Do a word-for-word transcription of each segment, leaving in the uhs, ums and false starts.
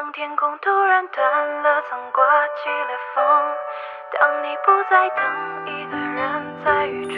当天空突然断了层，刮起了风，当你不再等，一个人在雨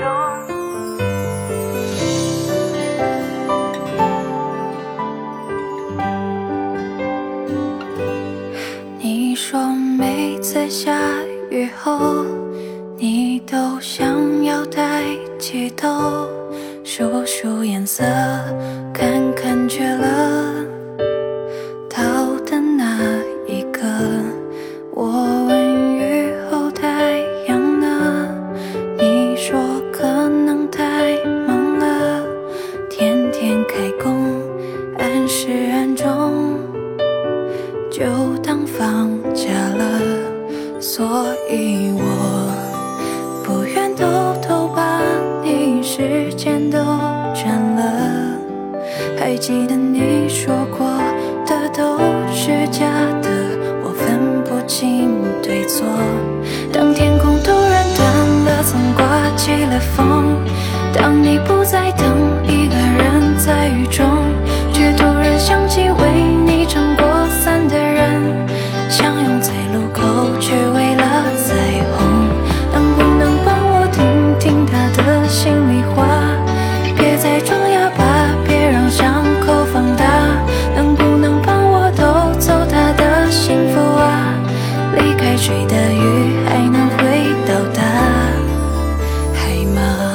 中。你说每次下雨后，你都想要带起头，数数颜色，看看缺了到的那一个。我问雨后太阳呢，你说可能太忙了，天天开工，按时按钟，就当放假了。所以我不愿偷偷把你时间都占了。还记得你说过的都是假的，我分不清对错。当天空突然断了层，刮起了风，当你不再等，一个人在雨中，却突然想起为你撑过伞的人，相拥在路口，却为了彩虹。能不能帮我听听他的心里话，别再装哑巴，别让伤口放大。能不能帮我偷走他的幸福啊，离开水的雨还能回到大海吗？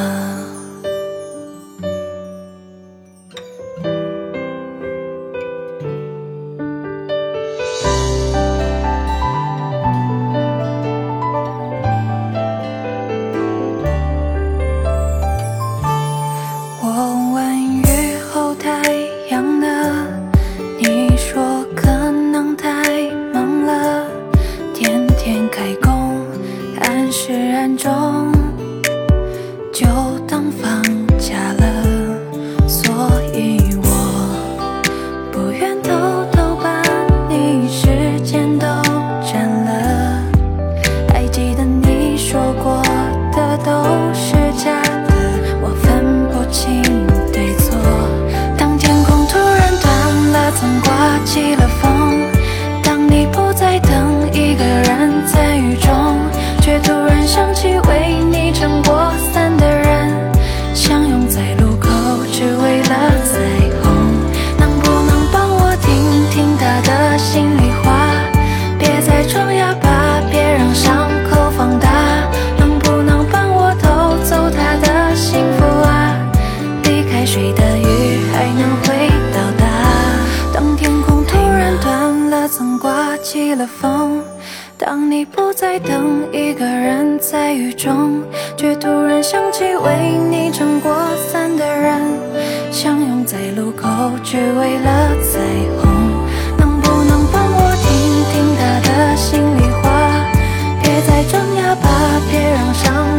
我问雨后太阳呢，你说可能太忙了，天天开工，按时按钟，就当放假了。所以我不愿偷偷把你时间都占了。还记得你说过的都是假的，我分不清对错。当天空突然断了层，刮起了风，当你不再等，一个人在雨中，却突然想起为你撑过伞的人，相拥在路口，只为了彩虹。能不能帮我听听他的心里话，别再装哑巴，别让伤口放大。能不能帮我偷走他的幸福啊，离开水的雨还能回到大。当天空突然断了层，刮起了风，当你不再等，一个人在雨中，却突然想起为你撑过伞的人，相拥在路口，只为了彩虹。能不能帮我听听他的心里话，别再装哑巴，别让伤